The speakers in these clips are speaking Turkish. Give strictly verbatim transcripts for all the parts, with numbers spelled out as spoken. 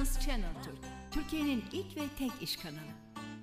Finans Channel Türk, Türkiye'nin ilk ve tek iş kanalı.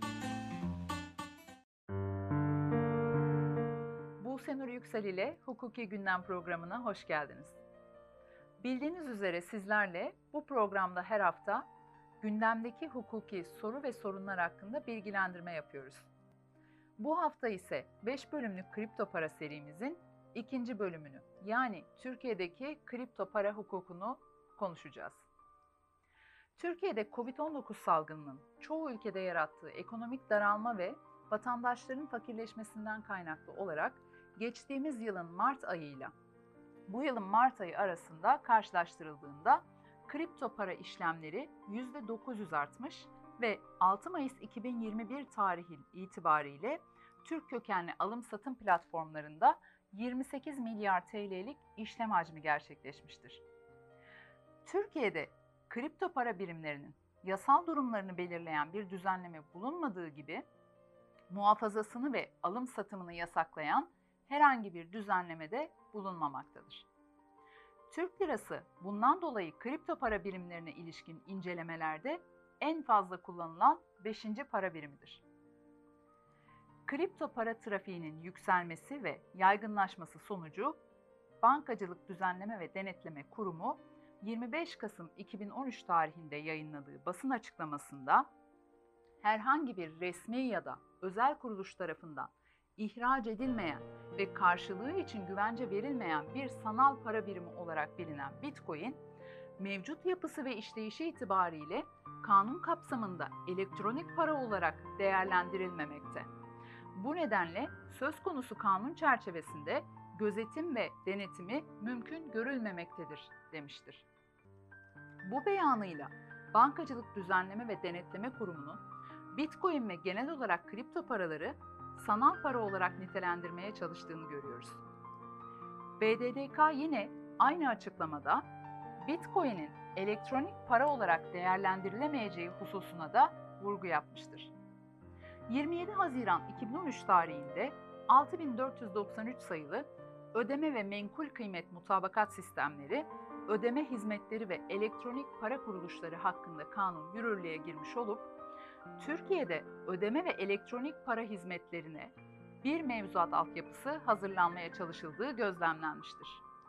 Buse Nur Yüksel ile Hukuki Gündem programına hoş geldiniz. Bildiğiniz üzere sizlerle bu programda her hafta gündemdeki hukuki soru ve sorunlar hakkında bilgilendirme yapıyoruz. Bu hafta ise beş bölümlük kripto para serimizin ikinci bölümünü, yani Türkiye'deki kripto para hukukunu konuşacağız. Türkiye'de kovid on dokuz salgınının çoğu ülkede yarattığı ekonomik daralma ve vatandaşların fakirleşmesinden kaynaklı olarak geçtiğimiz yılın Mart ayıyla bu yılın Mart ayı arasında karşılaştırıldığında kripto para işlemleri yüzde dokuz yüz artmış ve altı Mayıs iki bin yirmi bir tarihi itibariyle Türk kökenli alım-satım platformlarında yirmi sekiz milyar T L'lik işlem hacmi gerçekleşmiştir. Türkiye'de kripto para birimlerinin yasal durumlarını belirleyen bir düzenleme bulunmadığı gibi muhafazasını ve alım satımını yasaklayan herhangi bir düzenleme de bulunmamaktadır. Türk lirası bundan dolayı kripto para birimlerine ilişkin incelemelerde en fazla kullanılan beşinci para birimidir. Kripto para trafiğinin yükselmesi ve yaygınlaşması sonucu Bankacılık Düzenleme ve Denetleme Kurumu yirmi beş Kasım iki bin on üç tarihinde yayınladığı basın açıklamasında herhangi bir resmi ya da özel kuruluş tarafından ihraç edilmeyen ve karşılığı için güvence verilmeyen bir sanal para birimi olarak bilinen Bitcoin, mevcut yapısı ve işleyişi itibariyle kanun kapsamında elektronik para olarak değerlendirilmemekte. Bu nedenle söz konusu kanun çerçevesinde gözetim ve denetimi mümkün görülmemektedir demiştir. Bu beyanıyla Bankacılık Düzenleme ve Denetleme Kurumu'nun Bitcoin ve genel olarak kripto paraları sanal para olarak nitelendirmeye çalıştığını görüyoruz. B D D K yine aynı açıklamada Bitcoin'in elektronik para olarak değerlendirilemeyeceği hususuna da vurgu yapmıştır. yirmi yedi Haziran iki bin on üç tarihinde altı bin dört yüz doksan üç sayılı Ödeme ve Menkul Kıymet Mutabakat Sistemleri, Ödeme Hizmetleri ve Elektronik Para Kuruluşları hakkında kanun yürürlüğe girmiş olup, Türkiye'de ödeme ve elektronik para hizmetlerine bir mevzuat altyapısı hazırlanmaya çalışıldığı gözlemlenmiştir.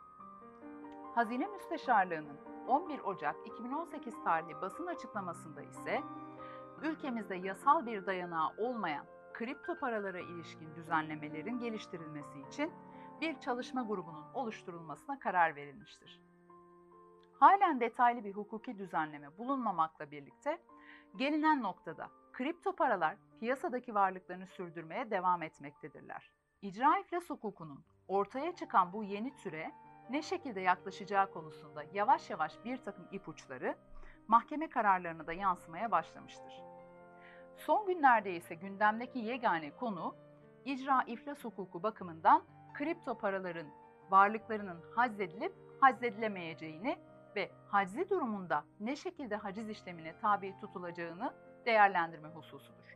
Hazine Müsteşarlığı'nın on bir Ocak iki bin on sekiz tarihli basın açıklamasında ise ülkemizde yasal bir dayanağı olmayan kripto paralara ilişkin düzenlemelerin geliştirilmesi için bir çalışma grubunun oluşturulmasına karar verilmiştir. Halen detaylı bir hukuki düzenleme bulunmamakla birlikte gelinen noktada kripto paralar piyasadaki varlıklarını sürdürmeye devam etmektedirler. İcra iflas hukukunun ortaya çıkan bu yeni türe ne şekilde yaklaşacağı konusunda yavaş yavaş bir takım ipuçları mahkeme kararlarına da yansımaya başlamıştır. Son günlerde ise gündemdeki yegane konu icra iflas hukuku bakımından kripto paraların varlıklarının haczedilip haczedilemeyeceğini ve haczi durumunda ne şekilde haciz işlemine tabi tutulacağını değerlendirme hususudur.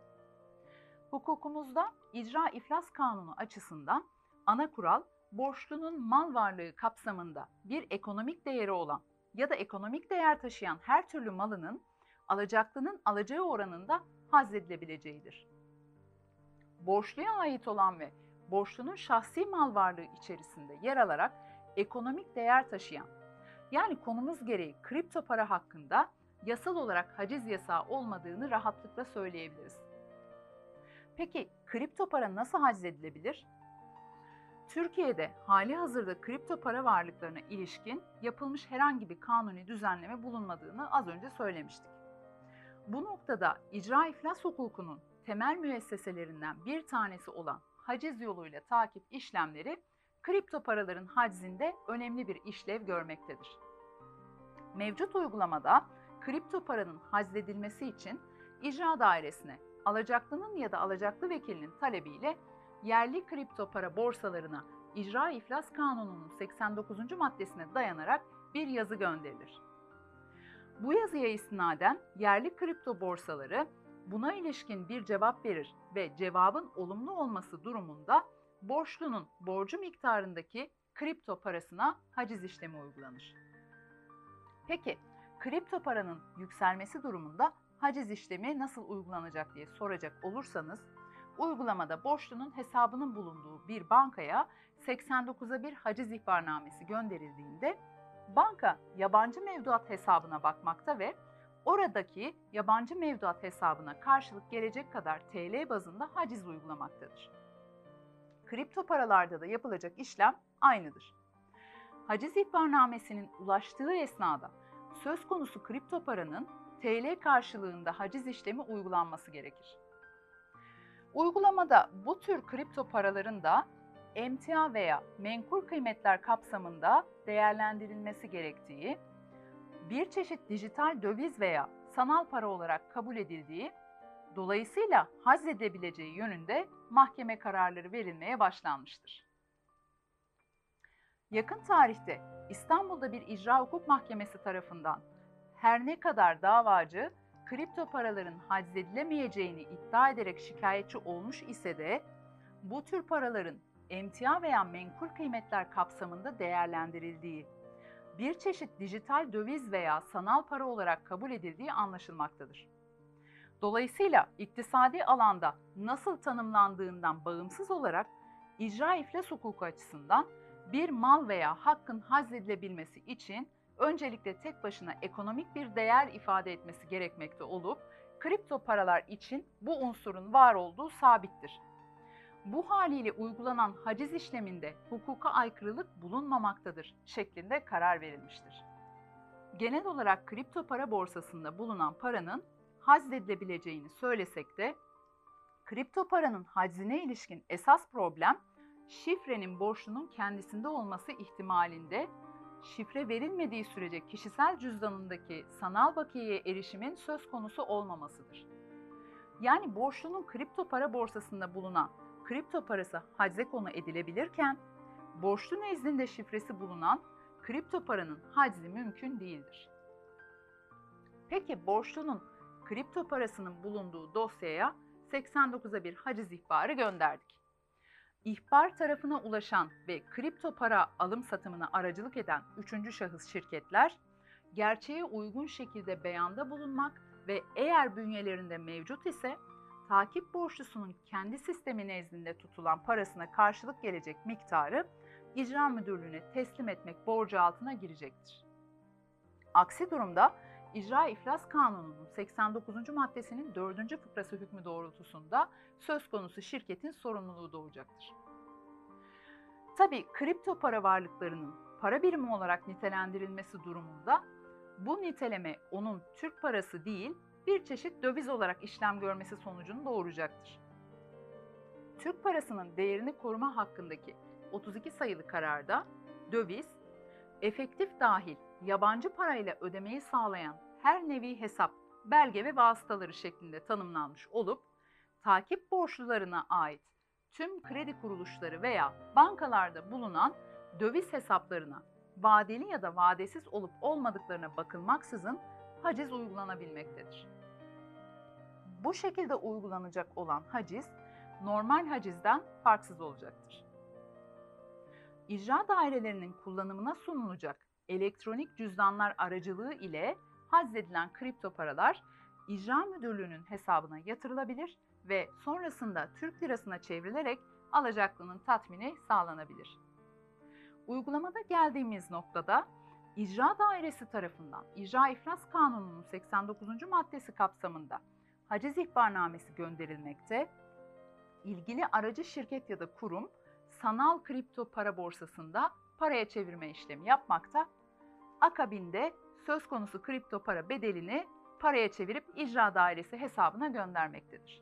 Hukukumuzda icra iflas kanunu açısından ana kural, borçlunun mal varlığı kapsamında bir ekonomik değeri olan ya da ekonomik değer taşıyan her türlü malının alacaklının alacağı oranında haczedilebileceğidir. Borçluya ait olan ve borçlunun şahsi mal varlığı içerisinde yer alarak ekonomik değer taşıyan, yani konumuz gereği kripto para hakkında yasal olarak haciz yasağı olmadığını rahatlıkla söyleyebiliriz. Peki kripto para nasıl haczedilebilir? Türkiye'de hali hazırda kripto para varlıklarına ilişkin yapılmış herhangi bir kanuni düzenleme bulunmadığını az önce söylemiştik. Bu noktada icra iflas hukukunun temel müesseselerinden bir tanesi olan haciz yoluyla takip işlemleri kripto paraların haczinde önemli bir işlev görmektedir. Mevcut uygulamada kripto paranın haczedilmesi için icra dairesine alacaklının ya da alacaklı vekilinin talebiyle yerli kripto para borsalarına İcra İflas Kanunu'nun seksen dokuzuncu maddesine dayanarak bir yazı gönderilir. Bu yazıya istinaden yerli kripto borsaları buna ilişkin bir cevap verir ve cevabın olumlu olması durumunda borçlunun borcu miktarındaki kripto parasına haciz işlemi uygulanır. Peki, Kripto paranın yükselmesi durumunda haciz işlemi nasıl uygulanacak diye soracak olursanız, uygulamada borçlunun hesabının bulunduğu bir bankaya seksen dokuza bir haciz ihbarnamesi gönderildiğinde banka yabancı mevduat hesabına bakmakta ve oradaki yabancı mevduat hesabına karşılık gelecek kadar T L bazında haciz uygulamaktadır. Kripto paralarda da yapılacak işlem aynıdır. Haciz ihbarnamesinin ulaştığı esnada söz konusu kripto paranın T L karşılığında haciz işlemi uygulanması gerekir. Uygulamada bu tür kripto paraların da emtia veya menkul kıymetler kapsamında değerlendirilmesi gerektiği, bir çeşit dijital döviz veya sanal para olarak kabul edildiği, dolayısıyla hazzedebileceği yönünde mahkeme kararları verilmeye başlanmıştır. Yakın tarihte İstanbul'da bir icra hukuk mahkemesi tarafından her ne kadar davacı kripto paraların haczedilemeyeceğini iddia ederek şikayetçi olmuş ise de bu tür paraların emtia veya menkul kıymetler kapsamında değerlendirildiği, bir çeşit dijital döviz veya sanal para olarak kabul edildiği anlaşılmaktadır. Dolayısıyla iktisadi alanda nasıl tanımlandığından bağımsız olarak icra iflas hukuku açısından bir mal veya hakkın haczedilebilmesi için öncelikle tek başına ekonomik bir değer ifade etmesi gerekmekte olup, kripto paralar için bu unsurun var olduğu sabittir. Bu haliyle uygulanan haciz işleminde hukuka aykırılık bulunmamaktadır şeklinde karar verilmiştir. Genel olarak kripto para borsasında bulunan paranın haczedilebileceğini söylesek de, kripto paranın haczine ilişkin esas problem, şifrenin borçlunun kendisinde olması ihtimalinde, şifre verilmediği sürece kişisel cüzdanındaki sanal bakiyeye erişimin söz konusu olmamasıdır. Yani borçlunun kripto para borsasında bulunan kripto parası hacze konu edilebilirken, borçlu nezdinde şifresi bulunan kripto paranın haczi mümkün değildir. Peki borçlunun kripto parasının bulunduğu dosyaya seksen dokuza bir haciz ihbarı gönderdik. İhbar tarafına ulaşan ve kripto para alım satımına aracılık eden üçüncü şahıs şirketler, gerçeğe uygun şekilde beyanda bulunmak ve eğer bünyelerinde mevcut ise takip borçlusunun kendi sistemi nezdinde tutulan parasına karşılık gelecek miktarı icra müdürlüğüne teslim etmek borcu altına girecektir. Aksi durumda İcra İflas Kanunu'nun seksen dokuzuncu maddesinin dördüncü fıkrası hükmü doğrultusunda söz konusu şirketin sorumluluğu doğacaktır. Tabii kripto para varlıklarının para birimi olarak nitelendirilmesi durumunda bu niteleme onun Türk parası değil, bir çeşit döviz olarak işlem görmesi sonucunu doğuracaktır. Türk parasının değerini koruma hakkındaki otuz iki sayılı kararda döviz, efektif dahil yabancı parayla ödemeyi sağlayan her nevi hesap, belge ve vasıtaları şeklinde tanımlanmış olup, takip borçlularına ait tüm kredi kuruluşları veya bankalarda bulunan döviz hesaplarına vadeli ya da vadesiz olup olmadıklarına bakılmaksızın haciz uygulanabilmektedir. Bu şekilde uygulanacak olan haciz, normal hacizden farksız olacaktır. İcra dairelerinin kullanımına sunulacak elektronik cüzdanlar aracılığı ile haczedilen kripto paralar icra müdürlüğünün hesabına yatırılabilir ve sonrasında Türk lirasına çevrilerek alacaklının tatmini sağlanabilir. Uygulamada geldiğimiz noktada icra dairesi tarafından İcra İflas Kanunu'nun seksen dokuzuncu maddesi kapsamında haciz ihbarnamesi gönderilmekte, ilgili aracı şirket ya da kurum sanal kripto para borsasında paraya çevirme işlemi yapmakta, akabinde söz konusu kripto para bedelini paraya çevirip icra dairesi hesabına göndermektedir.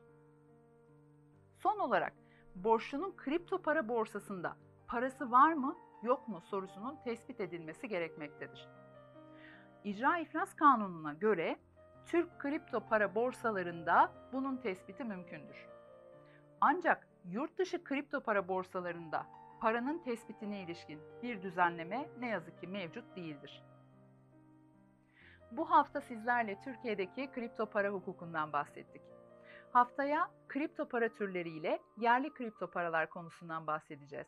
Son olarak borçlunun kripto para borsasında parası var mı yok mu sorusunun tespit edilmesi gerekmektedir. İcra İflas Kanunu'na göre Türk kripto para borsalarında bunun tespiti mümkündür. Ancak yurt dışı kripto para borsalarında paranın tespitine ilişkin bir düzenleme ne yazık ki mevcut değildir. Bu hafta sizlerle Türkiye'deki kripto para hukukundan bahsettik. Haftaya kripto para türleriyle yerli kripto paralar konusundan bahsedeceğiz.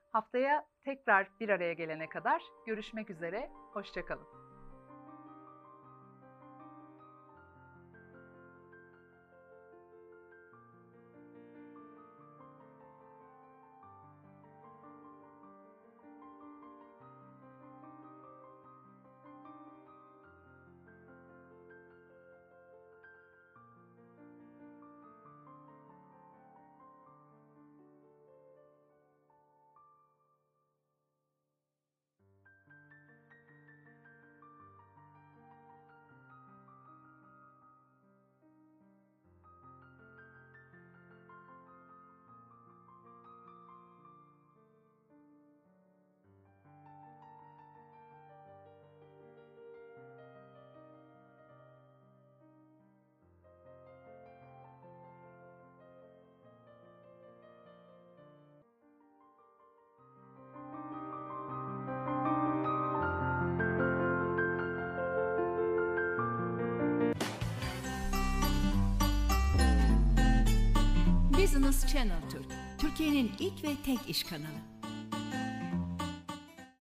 Haftaya tekrar bir araya gelene kadar görüşmek üzere, hoşça kalın. Business Channel Türk, Türkiye'nin ilk ve tek iş kanalı.